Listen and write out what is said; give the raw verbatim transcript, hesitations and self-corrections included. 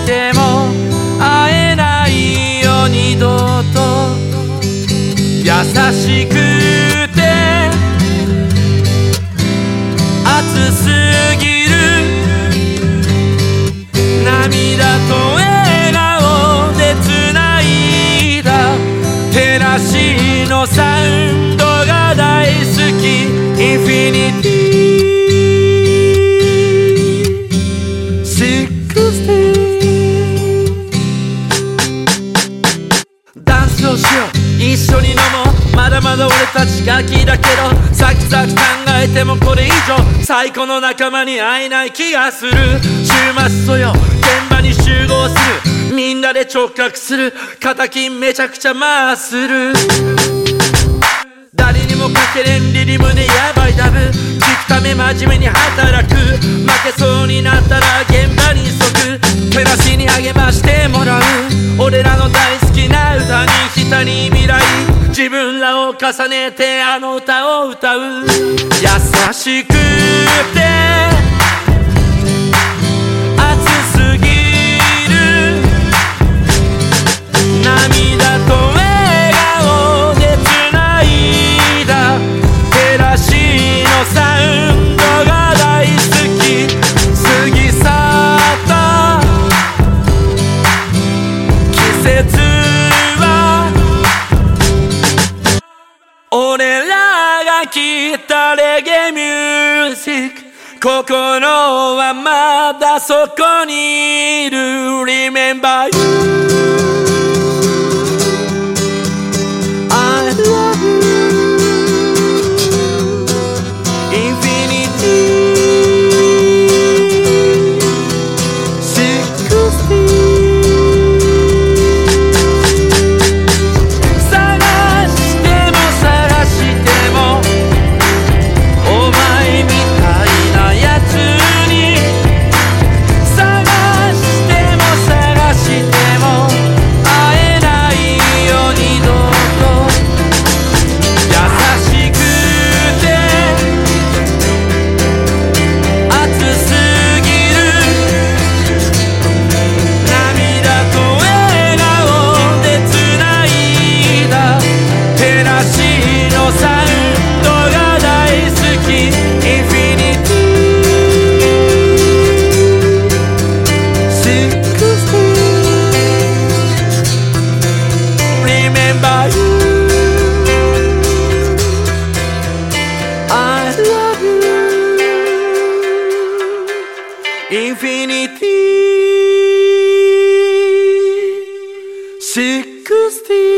しても会えないよ二度と。優しくて熱すぎる涙と笑顔でつないだ照らしのサウンドが大好き。インフィニティダンスをしよう一緒に飲もう。まだまだ俺たちガキだけどさきざき考えてもこれ以上最高の仲間に会えない気がする。週末とよ現場に集合するみんなで直角する敵めちゃくちゃ回する。誰にもかけれんリリムでヤバいダブ聞くため真面目に働く。負けそうになったら現場に即照らしに励ましてもらう。俺らの大好きな歌に浸り未来自分らを重ねてあの歌を歌う。優しくて熱すぎる涙と笑顔でつないだ照らしのサウンドが大好き。過ぎ去った季節は俺らが聴いたレゲエミュージック心はまだそこにいる Remember you I love you Infinity sixty Infinity sixty